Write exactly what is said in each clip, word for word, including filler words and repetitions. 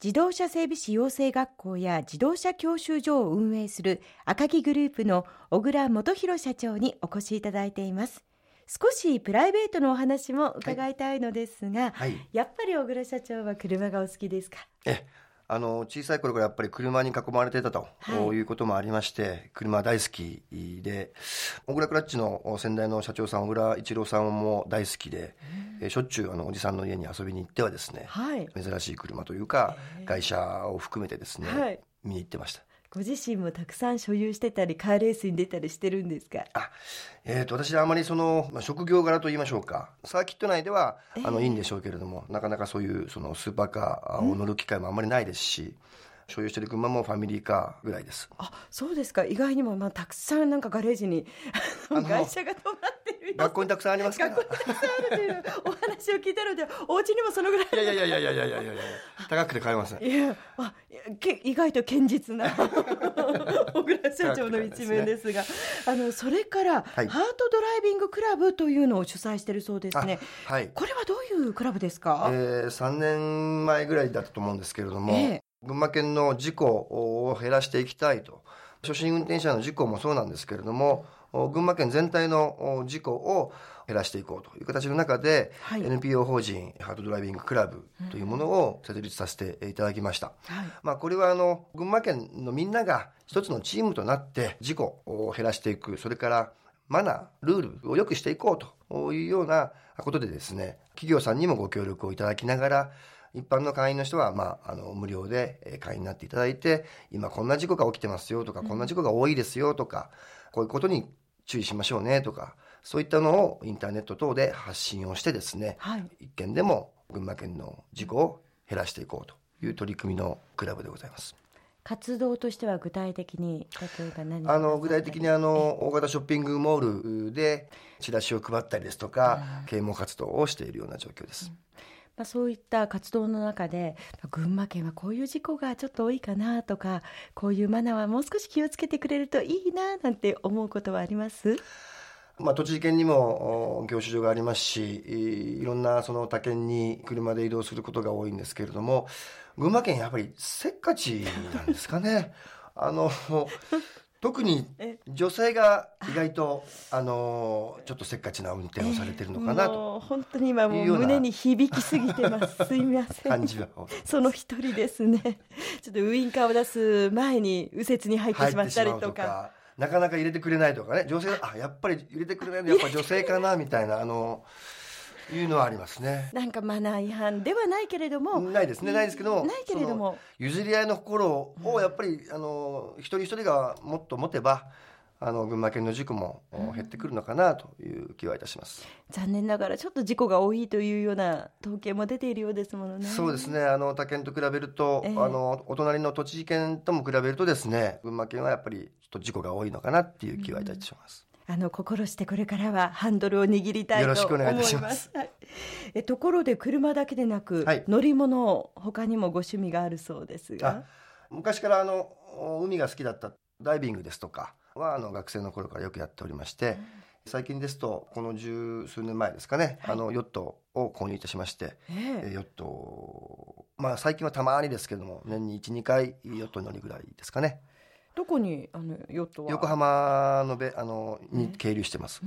自動車整備士養成学校や自動車教習所を運営する赤木グループの小倉元弘社長にお越しいただいています。少しプライベートのお話も伺いたいのですが、はいはい、やっぱり小倉社長は車がお好きですか？ えあの小さい頃からやっぱり車に囲まれていたと、はい、いうこともありまして、車大好きで、小倉クラッチの先代の社長さん小倉一郎さんも大好きで、えしょっちゅうあのおじさんの家に遊びに行ってはですね、はい、珍しい車というか外車を含めてですね、はい、見に行ってました。 ご自身もたくさん所有してたりカーレースに出たりしてるんですか？ あ、えー、と私はあまりその、まあ、職業柄と言いましょうか、サーキット内では、えー、あのいいんでしょうけれども、なかなかそういうそのスーパーカーを乗る機会もあまりないですし、所有している車もファミリーカーぐらいです。 あ、そうですか。意外にも、まあ、たくさんなんかガレージに外車が止まってる。 学校にたくさんありますから。 学校にたくさんあるというお話を聞いたので、お家にもそのぐらい。 いやいやいやいやいやいやいやいや高くて買えません。 いや、あ、け意外と堅実な小倉社長の一面ですが、す、ね、あのそれから、はい、ハートドライビングクラブというのを主催しているそうですね。はい、これはどういうクラブですか？ えー、さんねんまえぐらいだったと思うんですけれども、えー群馬県の事故を減らしていきたいと。初心運転者の事故もそうなんですけれども、群馬県全体の事故を減らしていこうという形の中で、はい、エヌピーオー 法人ハートドライビングクラブというものを設立させていただきました。はい、まあ、これはあの群馬県のみんなが一つのチームとなって事故を減らしていく、それからマナー、ルールを良くしていこうというようなことでですね、企業さんにもご協力をいただきながら、一般の会員の人は、まあ、あの無料で会員になっていただいて、今こんな事故が起きてますよとか、うん、こんな事故が多いですよとか、こういうことに注意しましょうねとか、そういったのをインターネット等で発信をしてですね、はい、一件でも群馬県の事故を減らしていこうという取り組みのクラブでございます。 活動としては具体的に例えば何あの具体的にあの大型ショッピングモールでチラシを配ったりですとか、うん、啓蒙活動をしているような状況です。うん、 まあ、そういった活動の中で、群馬県はこういう事故がちょっと多いかなとか、こういうマナーはもう少し気をつけてくれるといいななんて思うことはあります？ まあ、栃木県にも教習所がありますし、いろんなその他県に車で移動することが多いんですけれども、群馬県やっぱりせっかちなんですかね。あの特に女性が意外とあのちょっとせっかちな運転をされてるのかなと、えー、もう本当に今もう胸に響きすぎてますすいません感じはその一人ですね。ちょっとウインカーを出す前に右折に入ってしまったりとか、 なかなか入れてくれないとかね、女性あやっぱり入れてくれないのやっぱ女性かなみたいなあのいうのはありますね。 なんかマナー違反ではないけれども、 ないですね、ないですけども、 ないけれども譲り合いの心をやっぱり、うん、あの一人一人がもっと持てば、あの群馬県の事故も減ってくるのかなという気はいたします。 残念ながらちょっと事故が多いというような統計も出ているようですものね。 そうですね、あの他県と比べると、えー、あのお隣の栃木県とも比べるとですね、群馬県はやっぱりちょっと事故が多いのかなっていう気はいたします。 うん、あの心してこれからはハンドルを握りたいと思います。よろしくお願いいたします。はい、えところで車だけでなく、はい、乗り物他にもご趣味があるそうですが。 昔からあの海が好きだったダイビングですとかはあの学生の頃からよくやっておりまして、うん、最近ですとこの十数年前ですかね、はい、あのヨットを購入いたしまして、えー、ヨット、まあ、最近はたまにですけども年に いち,に 回ヨットに乗りぐらいですかね。 どこにあのヨットは？ 横浜のべあのに係留してます。 うん、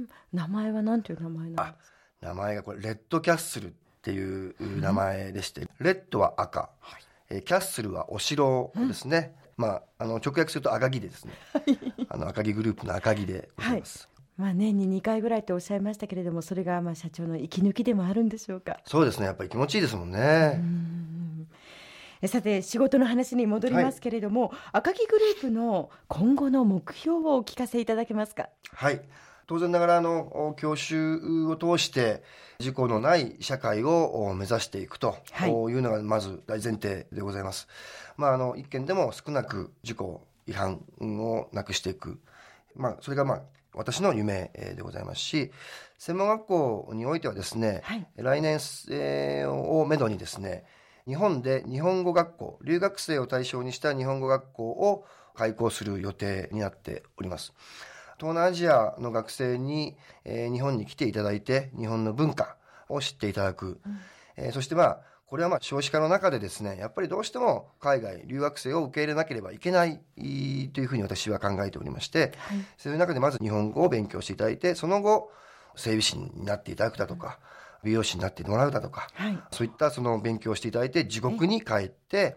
名前は何ていう名前なんですか？ 名前がこれレッドキャッスルっていう名前でして、うん、レッドは赤、はい、えー、キャッスルはお城ですね。うん、まあ、あの直訳すると赤城でですねあの赤城グループの赤城でございます。 はい、まあ、年ににかいぐらいとおっしゃいましたけれども、それがまあ社長の息抜きでもあるんでしょうか？ そうですね、やっぱり気持ちいいですもんね。 うん、えさて仕事の話に戻りますけれども、はい、赤城グループの今後の目標をお聞かせいただけますか？ はい、当然ながらあの教習を通して事故のない社会を目指していくというのがまず大前提でございます。まあ、あの一件でも少なく事故違反をなくしていく、まあ、それがまあ私の夢でございますし、専門学校においてはですね、はい、来年をめどにですね、日本で日本語学校、留学生を対象にした日本語学校を開校する予定になっております。東南アジアの学生に、えー、日本に来ていただいて日本の文化を知っていただく、うん、えー、そしてまあここれはまあ少子化の中でですね、やっぱりどうしても海外留学生を受け入れなければいけないというふうに私は考えておりまして、はい、そういう中でまず日本語を勉強していただいて、その後整備士になっていただくだとか、美容師になってもらうだとか、はい、そういったその勉強をしていただいて自国に帰って、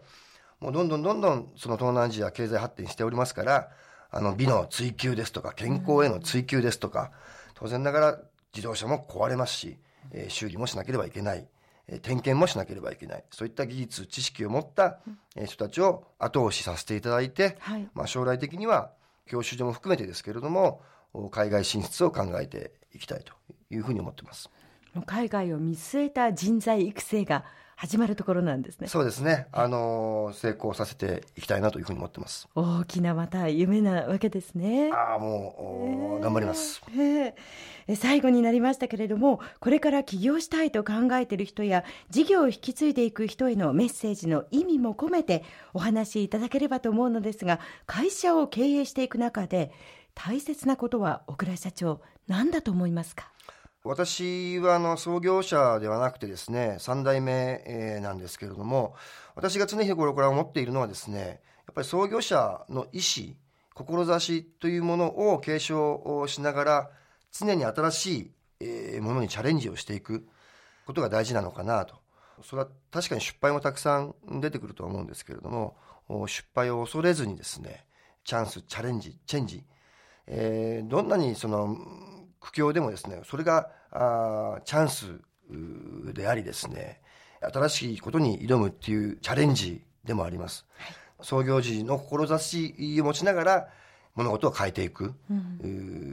もうどんどんどんどんその東南アジア経済発展しておりますから、あの美の追求ですとか健康への追求ですとか、当然ながら自動車も壊れますし、えー、修理もしなければいけない、えー、点検もしなければいけない、そういった技術知識を持った、えー、人たちを後押しさせていただいて、はい、まあ、将来的には教習所も含めてですけれども海外進出を考えていきたいというふうに思っています。 海外を見据えた人材育成が始まるところなんですね。 そうですね、あのー、成功させていきたいなというふうに思ってます。 大きなまた夢なわけですね。 ああ、もう、えー、頑張ります、 えー、最後になりましたけれども、これから起業したいと考えている人や事業を引き継いでいく人へのメッセージの意味も込めてお話しいただければと思うのですが、会社を経営していく中で大切なことは小倉社長、何だと思いますか？ 私はあの創業者ではなくてですね、さん代目、えー、なんですけれども、私が常日頃から思っているのはですね、やっぱり創業者の意思、志というものを継承しながら、常に新しい、えー、ものにチャレンジをしていくことが大事なのかなと。それは確かに失敗もたくさん出てくるとは思うんですけれども、失敗を恐れずにですね、チャンス、チャレンジ、チェンジ、えー、どんなにその苦境でもですね、それがあチャンスでありですね、新しいことに挑むっていうチャレンジでもあります、はい、創業時の志を持ちながら物事を変えていく、うん、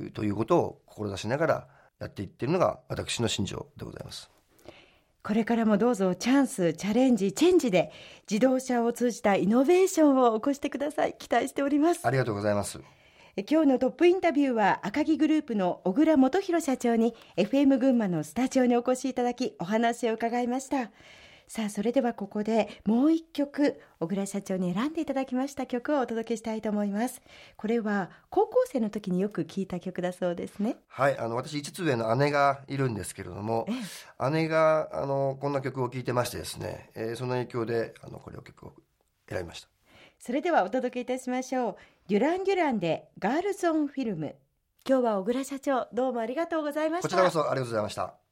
ということを志しながらやっていっているのが私の信条でございます。 これからもどうぞチャンス、チャレンジ、チェンジで自動車を通じたイノベーションを起こしてください。期待しております。 ありがとうございます。 今日のトップインタビューは赤城グループの小倉元弘社長に エフエム 群馬のスタジオにお越しいただきお話を伺いました。さあ、それではここでもう一曲小倉社長に選んでいただきました曲をお届けしたいと思います。これは高校生の時によく聴いた曲だそうですね。 はい、あの私いつつ上の姉がいるんですけれども、姉があのこんな曲を聴いてましてですね、えー、その影響であのこれを曲を選びました。 それではお届けいたしましょう。デュラン・デュランでガールズ・オン・フィルム。今日は小倉社長、どうもありがとうございました。 こちらこそありがとうございました。